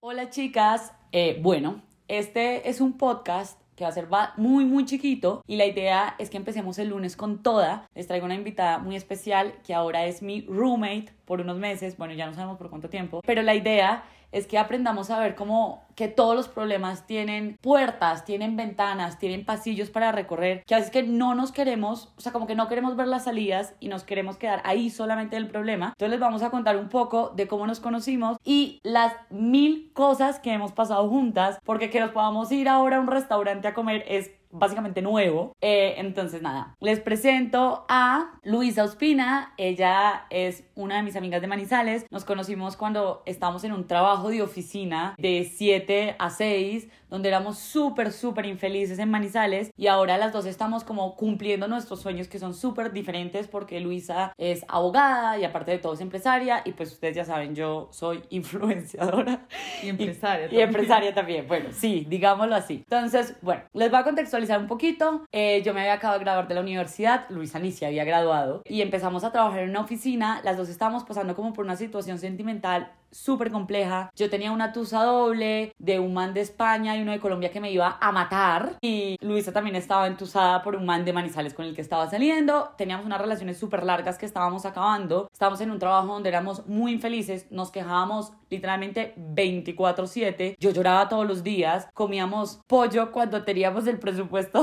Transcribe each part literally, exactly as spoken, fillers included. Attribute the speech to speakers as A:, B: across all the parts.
A: Hola chicas, eh, bueno, este es un podcast que va a ser muy muy chiquito y la idea es que empecemos el lunes con toda. Les traigo una invitada muy especial que ahora es mi roommate por unos meses, bueno, ya no sabemos por cuánto tiempo, pero la idea es que aprendamos a ver cómo que todos los problemas tienen puertas, tienen ventanas, tienen pasillos para recorrer, que a veces que no nos queremos, o sea, como que no queremos ver las salidas y nos queremos quedar ahí solamente del problema. Entonces les vamos a contar un poco de cómo nos conocimos y las mil cosas que hemos pasado juntas, porque que nos podamos ir ahora a un restaurante a comer es básicamente nuevo. Eh, entonces nada, les presento a Luisa Ospina. Ella es una de mis amigas de Manizales. Nos conocimos cuando estábamos en un trabajo de oficina de siete a seis, donde éramos súper súper infelices en Manizales, y ahora las dos estamos como cumpliendo nuestros sueños, que son súper diferentes, porque Luisa es abogada y aparte de todo es empresaria, y pues ustedes ya saben, yo soy influenciadora
B: y empresaria
A: y,
B: también.
A: y empresaria también, bueno, sí, digámoslo así. Entonces, bueno, les voy a contextualizar un poquito. Eh, yo me había acabado de graduar de la universidad, Luisa ni se había graduado, y empezamos a trabajar en una oficina. Las dos estábamos pasando como por una situación sentimental súper compleja. Yo tenía una tusa doble de un man de España y uno de Colombia que me iba a matar, y Luisa también estaba entusada por un man de Manizales con el que estaba saliendo. Teníamos unas relaciones súper largas que estábamos acabando. Estábamos en un trabajo donde éramos muy infelices, nos quejábamos literalmente veinticuatro siete. Yo lloraba todos los días, comíamos pollo cuando teníamos el presupuesto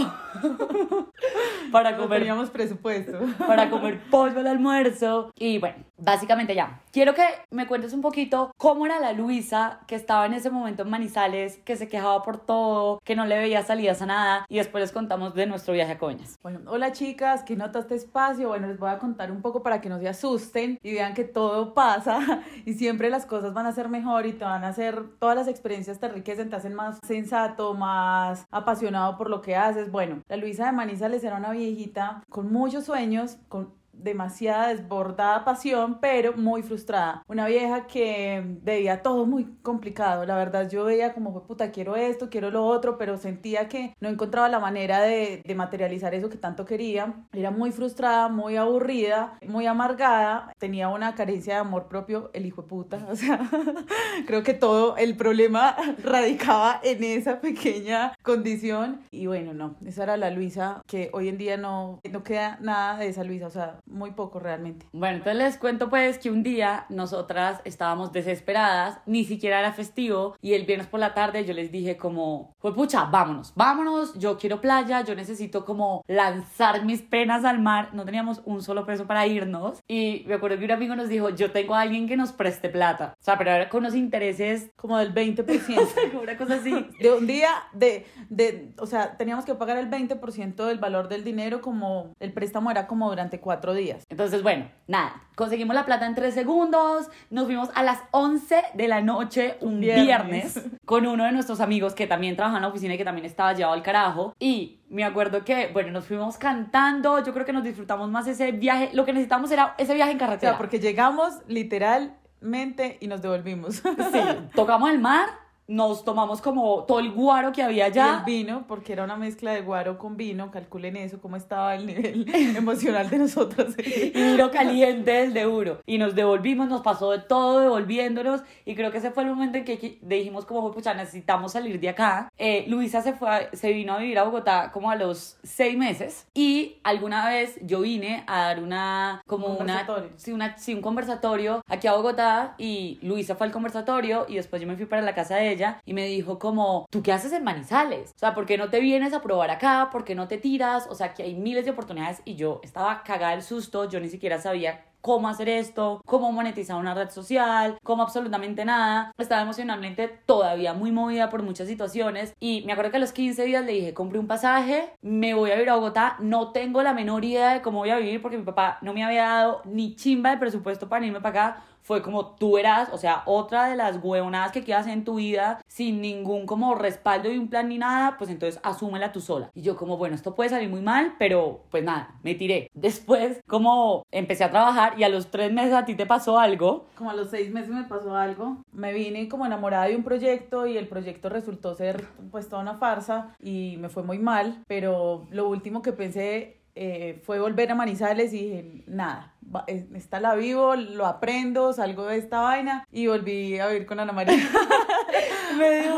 A: para comer,
B: no teníamos presupuesto
A: para comer pollo al almuerzo. Y bueno, básicamente ya, quiero que me cuentes un poquito cómo era la Luisa que estaba en ese momento en Manizales, que se quejaba por todo, que no le veía salidas a nada, y después les contamos de nuestro viaje a Coveñas.
B: Bueno, hola chicas, ¿qué nota este espacio? Bueno, les voy a contar un poco para que no se asusten y vean que todo pasa y siempre las cosas van a ser mejor y te van a hacer, todas las experiencias te enriquecen, te hacen más sensato, más apasionado por lo que haces. Bueno, la Luisa de Manizales era una viejita con muchos sueños, con demasiada desbordada pasión, pero muy frustrada. Una vieja que veía todo muy complicado. La verdad, yo veía como, puta, quiero esto, quiero lo otro, pero sentía que no encontraba la manera de, de materializar eso que tanto quería. Era muy frustrada, muy aburrida, muy amargada. Tenía una carencia de amor propio, el hijo de puta. O sea, creo que todo el problema radicaba en esa pequeña condición. Y bueno, no, esa era la Luisa, que hoy en día no, no queda nada de esa Luisa, o sea, muy poco realmente.
A: Bueno, entonces les cuento pues que un día nosotras estábamos desesperadas, ni siquiera era festivo, y el viernes por la tarde yo les dije como, pues pucha, vámonos, vámonos, yo quiero playa, yo necesito como lanzar mis penas al mar. No teníamos un solo peso para irnos, y me acuerdo que un amigo nos dijo, yo tengo a alguien que nos preste plata, o sea, pero era con unos intereses
B: como del veinte por ciento,
A: o sea, como una cosa así.
B: De un día, de, de, o sea, teníamos que pagar el veinte por ciento del valor del dinero, como el préstamo era como durante cuatro días.
A: Entonces, bueno, nada, conseguimos la plata en tres segundos, nos fuimos a las once de la noche un viernes, viernes con uno de nuestros amigos que también trabajaba en la oficina y que también estaba llevado al carajo, y me acuerdo que, bueno, nos fuimos cantando. Yo creo que nos disfrutamos más ese viaje. Lo que necesitamos era ese viaje en carretera.
B: O sea, porque llegamos literalmente y nos devolvimos.
A: Sí, tocamos el mar, nos tomamos como todo el guaro que había allá.
B: Y el vino, porque era una mezcla de guaro con vino. Calculen eso, cómo estaba el nivel emocional de nosotros.
A: Y vino caliente desde Uro. Y nos devolvimos, nos pasó de todo devolviéndonos. Y creo que ese fue el momento en que dijimos como, pucha, necesitamos salir de acá. Eh, Luisa se fue, a, se vino a vivir a Bogotá como a los seis meses. Y alguna vez yo vine a dar una, como
B: un
A: una, sí, una, sí, un conversatorio aquí a Bogotá. Y Luisa fue al conversatorio y después yo me fui para la casa de ella. Ella, y me dijo como, ¿tú qué haces en Manizales? O sea, ¿por qué no te vienes a probar acá? ¿Por qué no te tiras? O sea, que hay miles de oportunidades, y yo estaba cagada del susto. Yo ni siquiera sabía cómo hacer esto, cómo monetizar una red social, cómo absolutamente nada. Estaba emocionalmente todavía muy movida por muchas situaciones, y me acuerdo que a los quince días le dije, compré un pasaje, me voy a vivir a Bogotá, no tengo la menor idea de cómo voy a vivir, porque mi papá no me había dado ni chimba de presupuesto para irme para acá. Fue como, tú verás, o sea, otra de las huevonadas que quieras en tu vida sin ningún como respaldo y un plan ni nada, pues entonces asúmela tú sola. Y yo como, bueno, esto puede salir muy mal, pero pues nada, me tiré. Después como empecé a trabajar, y a los tres meses a ti te pasó algo.
B: Como a los seis meses me pasó algo. Me vine como enamorada de un proyecto, y el proyecto resultó ser pues toda una farsa y me fue muy mal, pero lo último que pensé eh, fue volver a Manizales y dije, nada, esta la vivo, lo aprendo, salgo de esta vaina, y volví a vivir con Ana María.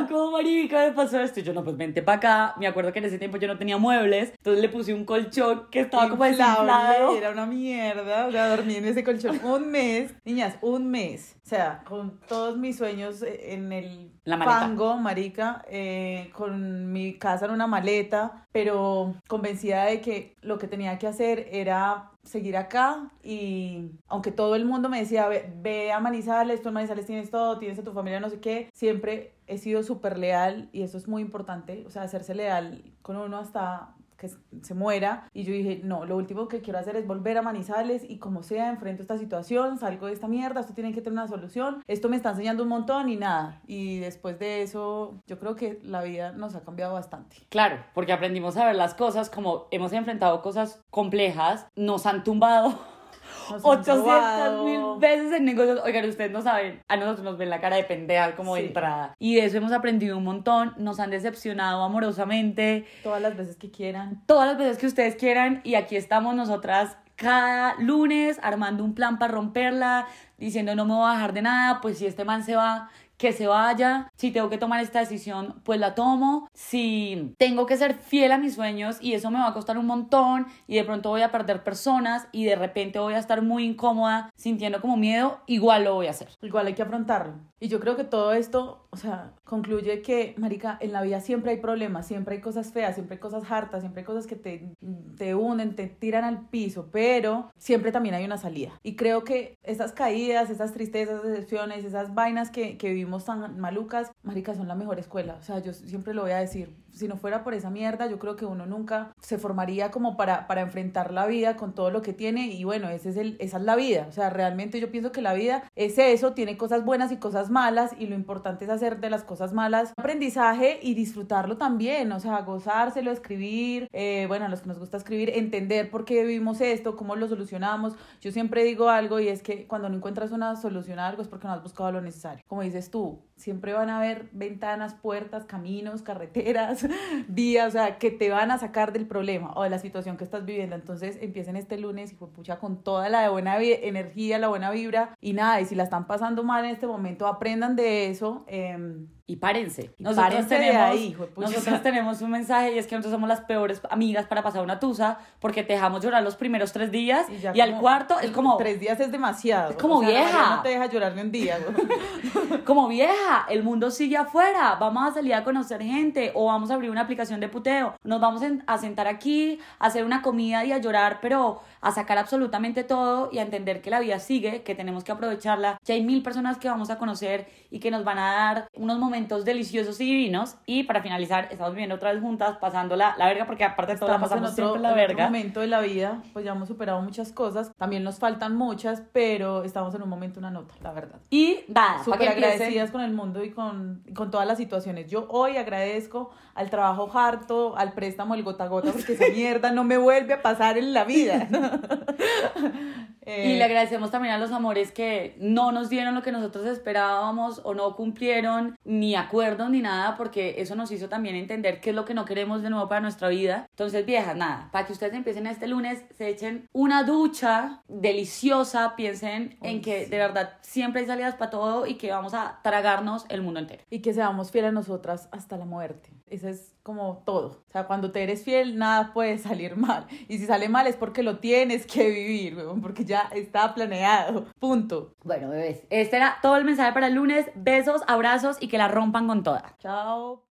A: llama como marica, me pasó esto. Y yo, no, pues vente para acá. Me acuerdo que en ese tiempo yo no tenía muebles, entonces le puse un colchón que estaba como desinflado.
B: Era una mierda, o sea, dormí en ese colchón un mes, niñas, un mes. O sea, con todos mis sueños en el
A: La maleta.
B: fango, marica, eh, con mi casa en una maleta, pero convencida de que lo que tenía que hacer era seguir acá. Y aunque todo el mundo me decía, ve, ve a Manizales, tú en Manizales tienes todo, tienes a tu familia, no sé qué, siempre he sido súper leal, y eso es muy importante, o sea, hacerse leal con uno hasta que se muera. Y yo dije, no, lo último que quiero hacer es volver a Manizales, y como sea, enfrento esta situación, salgo de esta mierda, esto tiene que tener una solución, esto me está enseñando un montón y nada. Y después de eso, yo creo que la vida nos ha cambiado bastante.
A: Claro, porque aprendimos a ver las cosas como hemos enfrentado cosas complejas, nos han tumbado ochocientas mil veces en negocios. Oigan, ustedes no saben, a nosotros nos ven la cara de pendeja como
B: Sí.
A: de entrada. Y de eso hemos aprendido un montón, nos han decepcionado amorosamente.
B: Todas las veces que quieran.
A: Todas las veces que ustedes quieran, y aquí estamos nosotras cada lunes armando un plan para romperla, diciendo no me voy a bajar de nada, pues si este man se va, que se vaya. Si tengo que tomar esta decisión, pues la tomo. Si tengo que ser fiel a mis sueños y eso me va a costar un montón y de pronto voy a perder personas y de repente voy a estar muy incómoda sintiendo como miedo, igual lo voy a hacer.
B: Igual hay que afrontarlo. Y yo creo que todo esto, o sea, concluye que, marica, en la vida siempre hay problemas, siempre hay cosas feas, siempre hay cosas hartas, siempre hay cosas que te, te hunden, te tiran al piso, pero siempre también hay una salida. Y creo que esas caídas, esas tristezas, decepciones, esas vainas que, que vivimos tan malucas, marica, son la mejor escuela. O sea, yo siempre lo voy a decir. Si no fuera por esa mierda, yo creo que uno nunca se formaría como para, para enfrentar la vida con todo lo que tiene. Y bueno, ese es el, esa es la vida. O sea, realmente yo pienso que la vida es eso, tiene cosas buenas y cosas malas, y lo importante es hacer de las cosas malas aprendizaje y disfrutarlo también. O sea, gozárselo, escribir, eh, bueno, a los que nos gusta escribir, entender por qué vivimos esto, cómo lo solucionamos. Yo siempre digo algo, y es que cuando no encuentras una solución a algo es porque no has buscado lo necesario. Como dices tú, siempre van a haber ventanas, puertas, caminos, carreteras, vías, o sea, que te van a sacar del problema o de la situación que estás viviendo. Entonces empiecen este lunes y pues pucha con toda la buena vi- energía, la buena vibra, y nada, y si la están pasando mal en este momento, aprendan de eso. eh,
A: Y párense.
B: Y
A: Nosotros
B: párense de
A: tenemos,
B: ahí, hijuepucha.
A: nosotros tenemos un mensaje, y es que nosotros somos las peores amigas para pasar una tusa, porque te dejamos llorar los primeros tres días y,
B: ya
A: y al
B: como-
A: cuarto es como,
B: tres días es demasiado.
A: Es como
B: O sea, la
A: vieja.
B: María no te deja llorar ni un día, güey.
A: como vieja, el mundo sigue afuera, vamos a salir a conocer gente o vamos a abrir una aplicación de puteo, nos vamos en- a sentar aquí, a hacer una comida y a llorar, pero a sacar absolutamente todo y a entender que la vida sigue, que tenemos que aprovecharla, que hay mil personas que vamos a conocer y que nos van a dar unos momentos deliciosos y divinos. Y para finalizar, estamos viviendo otra vez juntas, pasándola la verga, porque aparte de todo la
B: Estamos en
A: pasamos
B: otro,
A: siempre la
B: en otro
A: verga.
B: momento de la vida, pues ya hemos superado muchas cosas, también nos faltan muchas, pero estamos en un momento, una nota, la verdad.
A: Y nada, para
B: Súper
A: que empiece-
B: agradecidas con el mundo y con, y con todas las situaciones. Yo hoy agradezco al trabajo harto, al préstamo, el gota a gota, porque esa mierda no me vuelve a pasar en la vida. Eh,
A: Y le agradecemos también a los amores que no nos dieron lo que nosotros esperábamos o no cumplieron ni acuerdos ni nada, porque eso nos hizo también entender qué es lo que no queremos de nuevo para nuestra vida. Entonces, viejas, nada, para que ustedes empiecen este lunes, se echen una ducha deliciosa, piensen
B: Uy,
A: en que
B: sí.
A: de verdad siempre hay salidas para todo y que vamos a tragarnos el mundo entero.
B: Y que seamos fieles a nosotras hasta la muerte. Eso es como todo. O sea, cuando te eres fiel, nada puede salir mal. Y si sale mal es porque lo tienes que vivir, weón, porque ya está planeado. Punto.
A: Bueno, bebés, este era todo el mensaje para el lunes. Besos, abrazos y que la rompan con toda.
B: Chao.